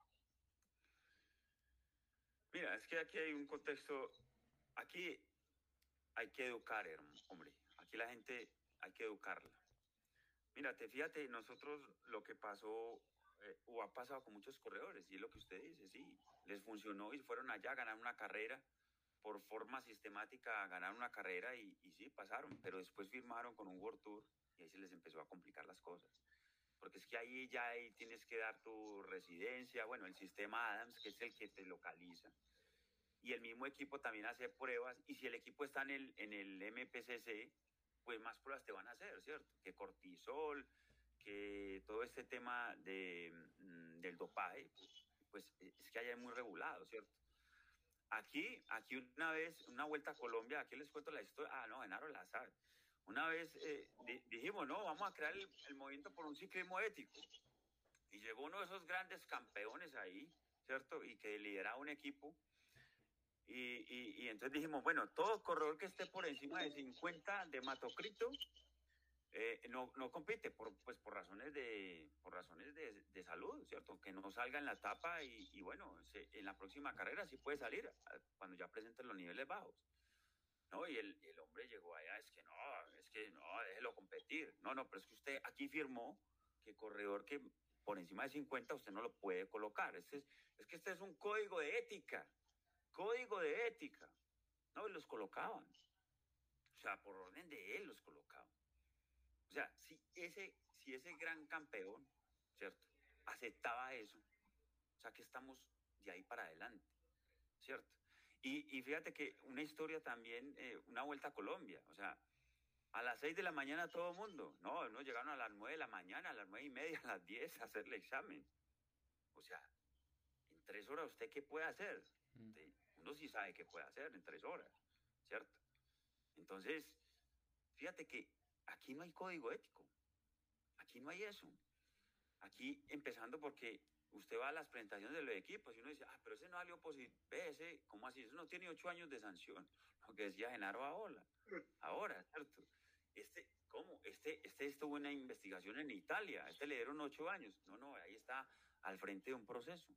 Mira, es que aquí hay un contexto, aquí hay que educar, hombre, aquí la gente hay que educarla. Mírate, fíjate, nosotros lo que pasó, eh, o ha pasado con muchos corredores, y es lo que usted dice, sí, les funcionó y fueron allá a ganar una carrera, por forma sistemática a ganar una carrera, y, y sí, pasaron, pero después firmaron con un World Tour, y ahí se les empezó a complicar las cosas. Porque es que ahí ya ahí tienes que dar tu residencia, bueno, el sistema Adams, que es el que te localiza, y el mismo equipo también hace pruebas, y si el equipo está en el, en el M P C C, pues más pruebas te van a hacer, ¿cierto? Que cortisol, que todo este tema de, mm, del dopaje, pues es que allá es muy regulado, ¿cierto? Aquí, aquí una vez, una vuelta a Colombia, aquí les cuento la historia, ah, no, Genaro la sabe. Una vez eh, di, dijimos, no, vamos a crear el, el movimiento por un ciclismo ético. Y llegó uno de esos grandes campeones ahí, ¿cierto? Y que lideraba un equipo. Y, y, y entonces dijimos, bueno, todo corredor que esté por encima de cincuenta de hematocrito eh, no, no compite por, pues, por razones, de, por razones de, de salud, ¿cierto? Que no salga en la etapa y, y bueno, se, en la próxima carrera sí puede salir cuando ya presenten los niveles bajos. No, y el, el hombre llegó allá, es que no, es que no, déjelo competir. No, no, pero es que usted aquí firmó que corredor que por encima de cincuenta usted no lo puede colocar. Este es, es que este es un código de ética. Código de ética. No, y los colocaban. O sea, por orden de él los colocaban. O sea, si ese, si ese gran campeón, ¿cierto?, aceptaba eso, o sea, que estamos de ahí para adelante, ¿cierto? Y, y fíjate que una historia también, eh, una vuelta a Colombia, o sea, a las seis de la mañana todo el mundo, no, no llegaron a las nueve de la mañana, a las nueve y media, a las diez a hacer el examen. O sea, en tres horas, ¿usted qué puede hacer? Mm. Uno sí sabe qué puede hacer en tres horas, ¿cierto? Entonces, fíjate que aquí no hay código ético, aquí no hay eso. Aquí, empezando porque usted va a las presentaciones de los equipos y uno dice, ah, pero ese no salió positivo, ve ese, ¿cómo así? Eso no tiene ocho años de sanción, lo que decía Genaro ahora, ahora, ¿cierto? Este, ¿cómo? Este, este estuvo en una investigación en Italia, a este le dieron ocho años, no, no, ahí está al frente de un proceso.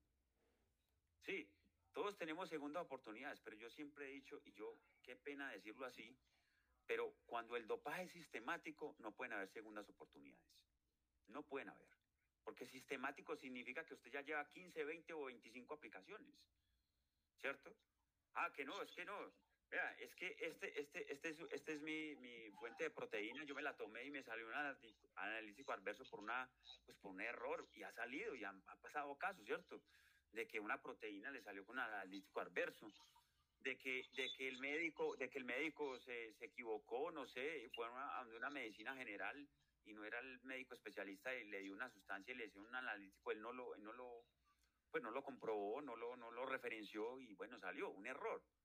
Sí, todos tenemos segundas oportunidades, pero yo siempre he dicho, y yo, qué pena decirlo así, pero cuando el dopaje es sistemático, no pueden haber segundas oportunidades. No pueden haber. Porque sistemático significa que usted ya lleva quince, veinte o veinticinco aplicaciones. ¿Cierto? Ah, que no, es que no. Vea, es que este, este, este, es, este es mi, mi fuente de proteína. Yo me la tomé y me salió un analítico adverso por, una, pues por un error. Y ha salido, y han, ha pasado casos, ¿cierto? De que una proteína le salió con un analítico adverso. De que, de que el médico, de que el médico se, se equivocó, no sé, fue a una, una medicina general y no era el médico especialista y le dio una sustancia y le hizo un analítico, él no lo, él no lo, pues no lo comprobó, no lo, no lo referenció y bueno, salió un error.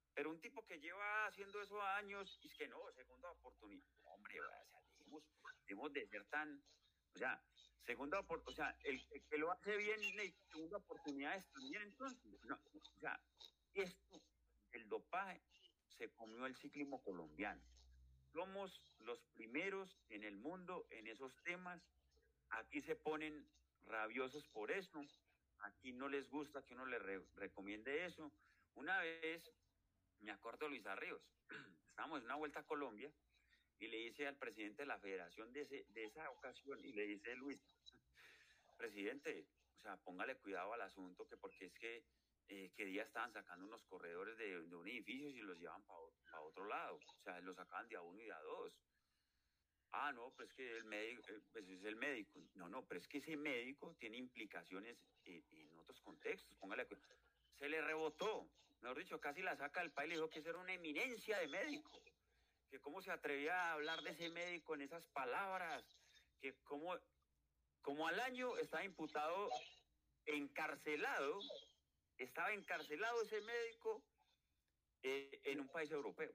Pero un tipo que lleva haciendo eso años, y es que no, segunda oportunidad. Hombre, o sea, dejemos, dejemos de ser tan, o sea, segunda oportunidad, o sea, el, el, que lo hace bien, segunda oportunidades también, entonces, no, o sea, esto, el dopaje, se comió el ciclismo colombiano. Somos los primeros en el mundo en esos temas. Aquí se ponen rabiosos por eso. Aquí no les gusta que uno le re recomiende eso. Una vez, me acuerdo de Luis Arríos, estábamos en una vuelta a Colombia y le dice al presidente de la federación de, ese, de esa ocasión, y le dice, Luis, presidente, o sea, póngale cuidado al asunto, que porque es que eh, que día estaban sacando unos corredores de, de un edificio y los llevan para pa otro lado, o sea, los sacaban de a uno y de a dos. Ah, no, pues que el médico, eh, pues es el médico. No, no, pero es que ese médico tiene implicaciones eh, en otros contextos, póngale cuidado. Se le rebotó, mejor dicho, casi la saca del país, le dijo que eso era una eminencia de médico, que cómo se atrevía a hablar de ese médico en esas palabras, que cómo, como al año estaba imputado, encarcelado, estaba encarcelado ese médico eh, en un país europeo.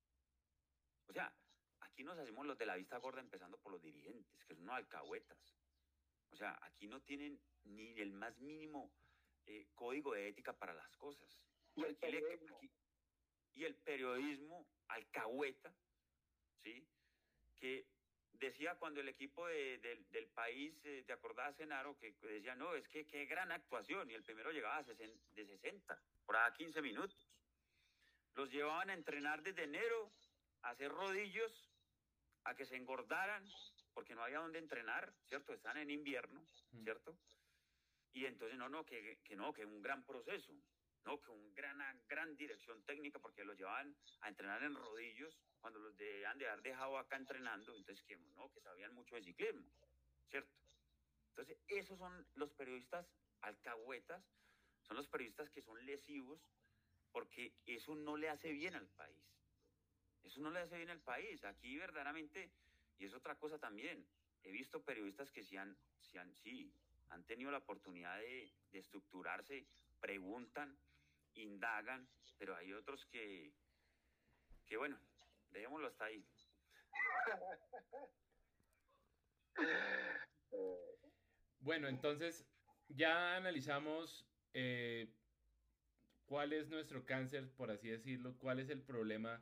O sea, aquí nos hacemos los de la vista gorda, empezando por los dirigentes, que son unos alcahuetas. O sea, aquí no tienen ni el más mínimo eh, código de ética para las cosas. Y el, aquí le, aquí, y el periodismo alcahueta, ¿sí? Que decía cuando el equipo de, de, del país, eh, ¿te acordás, Genaro? Que decía, no, es que qué gran actuación, y el primero llegaba a sesenta, de sesenta, por ahí quince minutos. Los llevaban a entrenar desde enero, a hacer rodillos, a que se engordaran, porque no había donde entrenar, ¿cierto? Están en invierno, ¿cierto? Y entonces, no, no, que, que no, que un gran proceso, no, que una gran, gran dirección técnica, porque los llevaban a entrenar en rodillos, cuando los debían de haber dejado acá entrenando, entonces, que no, que sabían mucho de ciclismo, ¿cierto? Entonces, esos son los periodistas alcahuetas, son los periodistas que son lesivos, porque eso no le hace bien al país. Eso no le hace bien al país. Aquí verdaderamente, y es otra cosa también, he visto periodistas que sí han, sí han, sí, han tenido la oportunidad de, de estructurarse, preguntan, indagan, pero hay otros que, que bueno, dejémoslo hasta ahí. Bueno, entonces ya analizamos eh, cuál es nuestro cáncer, por así decirlo, cuál es el problema.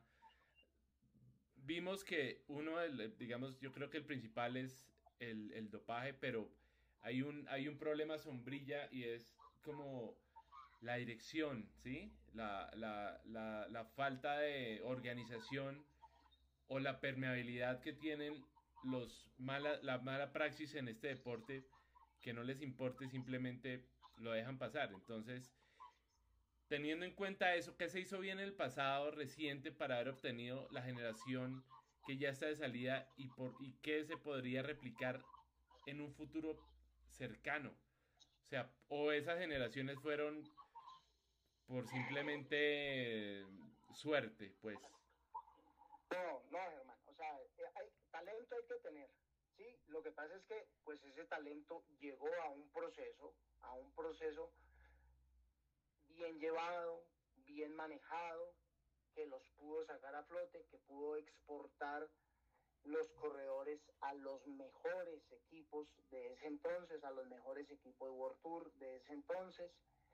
Vimos que uno, el, digamos, yo creo que el principal es el, el dopaje, pero hay un, hay un problema sombrilla y es como la dirección, ¿sí? La, la, la, la falta de organización o la permeabilidad que tienen los mala, la mala praxis en este deporte, que no les importe, simplemente lo dejan pasar. Entonces, teniendo en cuenta eso, ¿qué se hizo bien en el pasado reciente para haber obtenido la generación que ya está de salida y, por, y qué se podría replicar en un futuro cercano? O sea, o esas generaciones fueron por simplemente suerte, pues. No, no, Germán. O sea, hay, talento hay que tener, ¿sí? Lo que pasa es que, pues, ese talento llegó a un proceso, a un proceso bien llevado, bien manejado, que los pudo sacar a flote, que pudo exportar los corredores a los mejores equipos de ese entonces, a los mejores equipos de World Tour de ese entonces,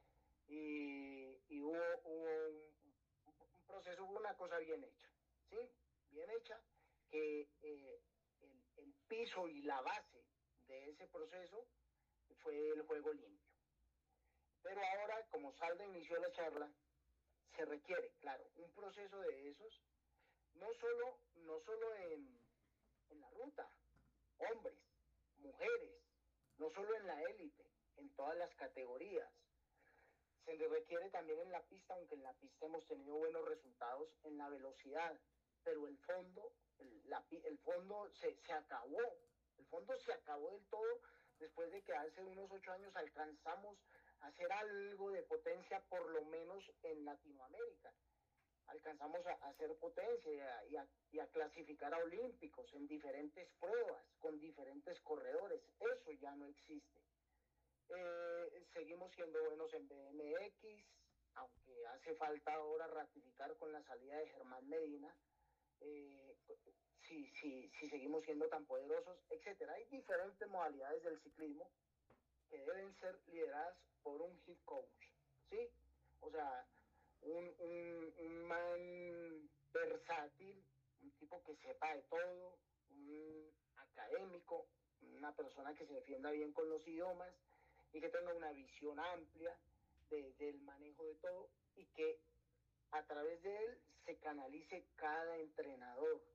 y, y hubo, hubo un, un, proceso, hubo una cosa bien hecha, ¿sí? Bien hecha, que eh, el, el piso y la base de ese proceso fue el juego limpio. Pero ahora, como Salva inició la charla, se requiere, claro, un proceso de esos, no solo, no solo en, en la ruta, hombres, mujeres, no solo en la élite, en todas las categorías. Se le requiere también en la pista, aunque en la pista hemos tenido buenos resultados en la velocidad, pero el fondo, el, la, el fondo se, se acabó, el fondo se acabó del todo después de que hace unos ocho años alcanzamos a hacer algo de potencia, por lo menos en Latinoamérica. Alcanzamos a, a hacer potencia y a, y, a, y a clasificar a olímpicos en diferentes pruebas, con diferentes corredores. Eso ya no existe. Eh, seguimos siendo buenos en B M X, aunque hace falta ahora ratificar con la salida de Germán Medina, eh, si, si, si seguimos siendo tan poderosos, etcétera. Hay diferentes modalidades del ciclismo que deben ser lideradas por un head coach, ¿sí? O sea, un, un, un man versátil, un tipo que sepa de todo, un académico, una persona que se defienda bien con los idiomas y que tenga una visión amplia de, del manejo de todo y que a través de él se canalice cada entrenador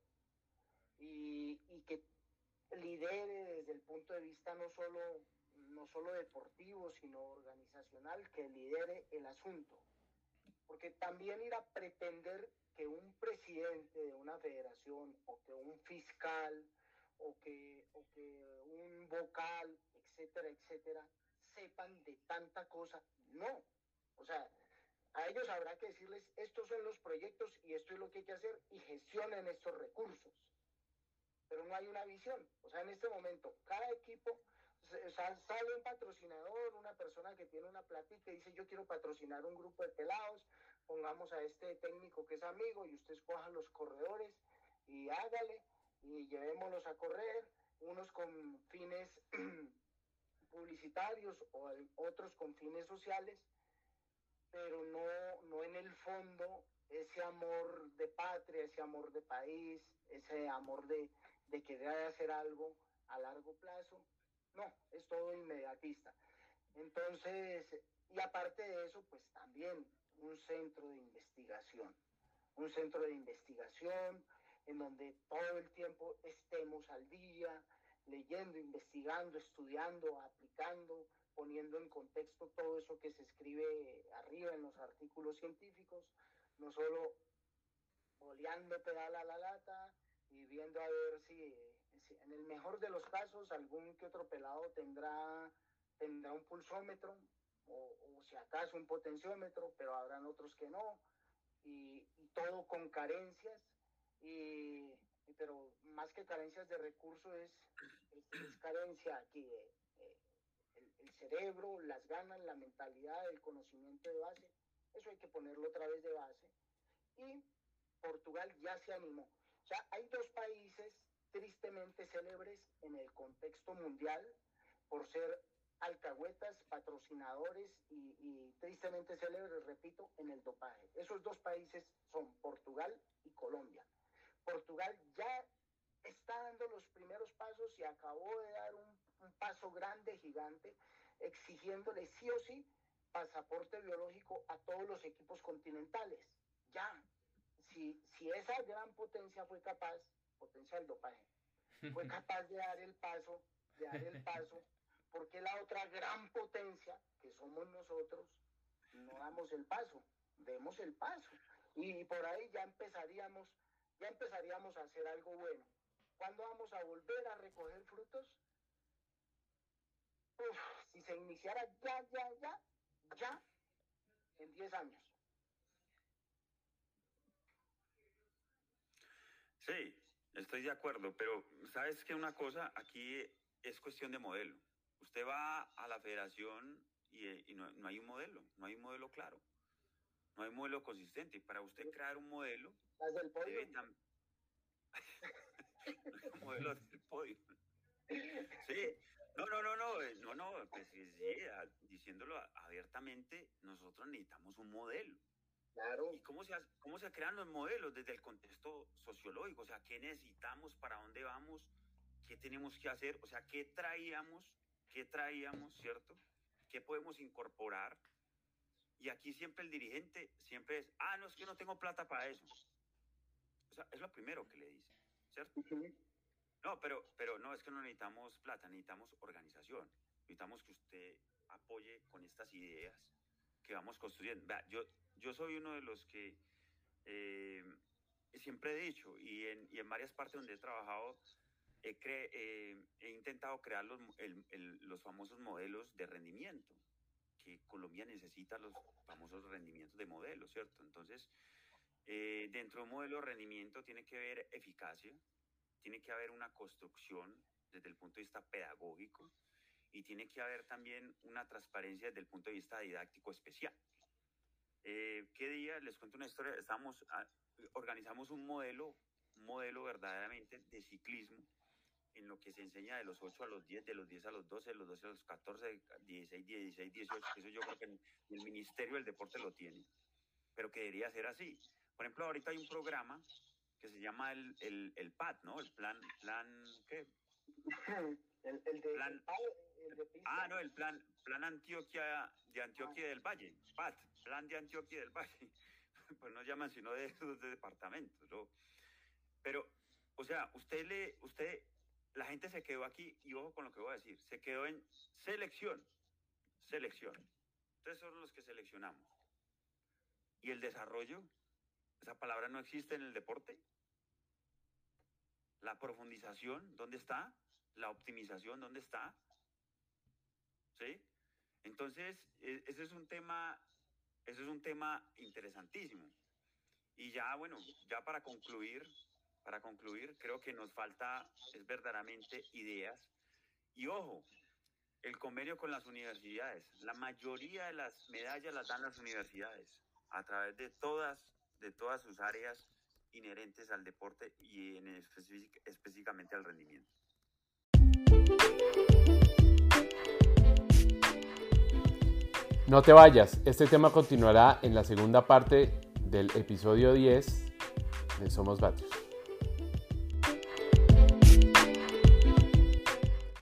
y, y que lidere desde el punto de vista no solo, no solo deportivo, sino organizacional, que lidere el asunto. Porque también ir a pretender que un presidente de una federación o que un fiscal o que, o que un vocal, etcétera, etcétera, sepan de tanta cosa, no. O sea, a ellos habrá que decirles, estos son los proyectos y esto es lo que hay que hacer y gestionen estos recursos. Pero no hay una visión. O sea, en este momento, cada equipo, o sea, sale un patrocinador, una persona que tiene una platica y dice, yo quiero patrocinar un grupo de pelados, pongamos a este técnico que es amigo y usted escoja los corredores y hágale y llevémoslos a correr, unos con fines publicitarios o otros con fines sociales, pero no, no en el fondo ese amor de patria, ese amor de país, ese amor de, de querer hacer algo a largo plazo. No, es todo inmediatista. Entonces, y aparte de eso, pues también un centro de investigación, un centro de investigación en donde todo el tiempo estemos al día, leyendo, investigando, estudiando, aplicando, poniendo en contexto todo eso que se escribe arriba en los artículos científicos, no solo boleando pedal a la lata y viendo a ver si, si en el mejor de los casos algún que otro pelado tendrá, tendrá un pulsómetro o, o si acaso un potenciómetro, pero habrán otros que no, y, y todo con carencias, y, y, pero más que carencias de recursos es, es, es carencia aquí de, el, el cerebro, las ganas, la mentalidad, el conocimiento de base. Eso hay que ponerlo otra vez de base. Y Portugal ya se animó. O sea, hay dos países tristemente célebres en el contexto mundial por ser alcahuetas, patrocinadores y, y tristemente célebres, repito, en el dopaje. Esos dos países son Portugal y Colombia. Portugal ya está dando los primeros pasos y acabó de dar un, un paso grande, gigante, exigiéndole sí o sí pasaporte biológico a todos los equipos continentales. Ya, si, si esa gran potencia fue capaz, potencia del dopaje, fue capaz de dar el paso, de dar el paso, porque la otra gran potencia, que somos nosotros, no damos el paso, demos el paso. Y por ahí ya empezaríamos, ya empezaríamos a hacer algo bueno. ¿Cuándo vamos a volver a recoger frutos? Uf, si se iniciara ya, ya, ya, ya, en diez años. Sí, estoy de acuerdo, pero sabes que una cosa, aquí es cuestión de modelo. Usted va a la federación y, y no, no hay un modelo, no hay un modelo claro, no hay un modelo consistente. Y para usted crear un modelo, Las del podio. debe tam... un modelo del podio. Sí, no, no, no, no, no, no, pues sí, sí, diciéndolo abiertamente, nosotros necesitamos un modelo. Claro. ¿Y cómo se, cómo se crean los modelos desde el contexto sociológico? O sea, ¿qué necesitamos? ¿Para dónde vamos? ¿Qué tenemos que hacer? O sea, ¿qué traíamos? ¿Qué traíamos, cierto? ¿Qué podemos incorporar? Y aquí siempre el dirigente siempre es, ah, no, es que no tengo plata para eso. O sea, es lo primero que le dice, ¿cierto? Uh-huh. No, pero, pero no, es que no necesitamos plata, necesitamos organización. Necesitamos que usted apoye con estas ideas que vamos construyendo. Vea, yo, yo soy uno de los que eh, siempre he dicho, y en, y en varias partes donde he trabajado, he, cre eh, he intentado crear los, el, el, los famosos modelos de rendimiento, que Colombia necesita los famosos rendimientos de modelos, ¿cierto? Entonces, eh, dentro de un modelo de rendimiento tiene que haber eficacia, tiene que haber una construcción desde el punto de vista pedagógico y tiene que haber también una transparencia desde el punto de vista didáctico especial. Eh, ¿Qué día? Les cuento una historia. Estamos, a, organizamos un modelo, un modelo verdaderamente de ciclismo, en lo que se enseña de los ocho a los diez, de los diez a los doce, de los doce a los catorce, dieciséis, dieciséis, dieciocho, que eso yo creo que el, el Ministerio del Deporte lo tiene, pero que debería ser así. Por ejemplo, ahorita hay un programa que se llama el, el, el P A D, ¿no? El plan, plan ¿qué? el, el de, plan, el, el de ah, no, el plan, plan Antioquia, de Antioquia ah. del Valle, P A D, plan de Antioquia del Valle. Pues no llaman sino de esos de departamentos, ¿no? Pero, o sea, usted le, usted, la gente se quedó aquí, y ojo con lo que voy a decir, se quedó en selección, selección. Entonces son los que seleccionamos. ¿Y el desarrollo? ¿Esa palabra no existe en el deporte? ¿La profundización dónde está? ¿La optimización dónde está? ¿Sí? Entonces, ese es un tema, ese es un tema interesantísimo. Y ya, bueno, ya para concluir, para concluir, creo que nos falta, es verdaderamente ideas. Y ojo, el convenio con las universidades. La mayoría de las medallas las dan las universidades, a través de todas, de todas sus áreas inherentes al deporte y en específic, específicamente al rendimiento. No te vayas, este tema continuará en la segunda parte del episodio diez de Somos Vatios.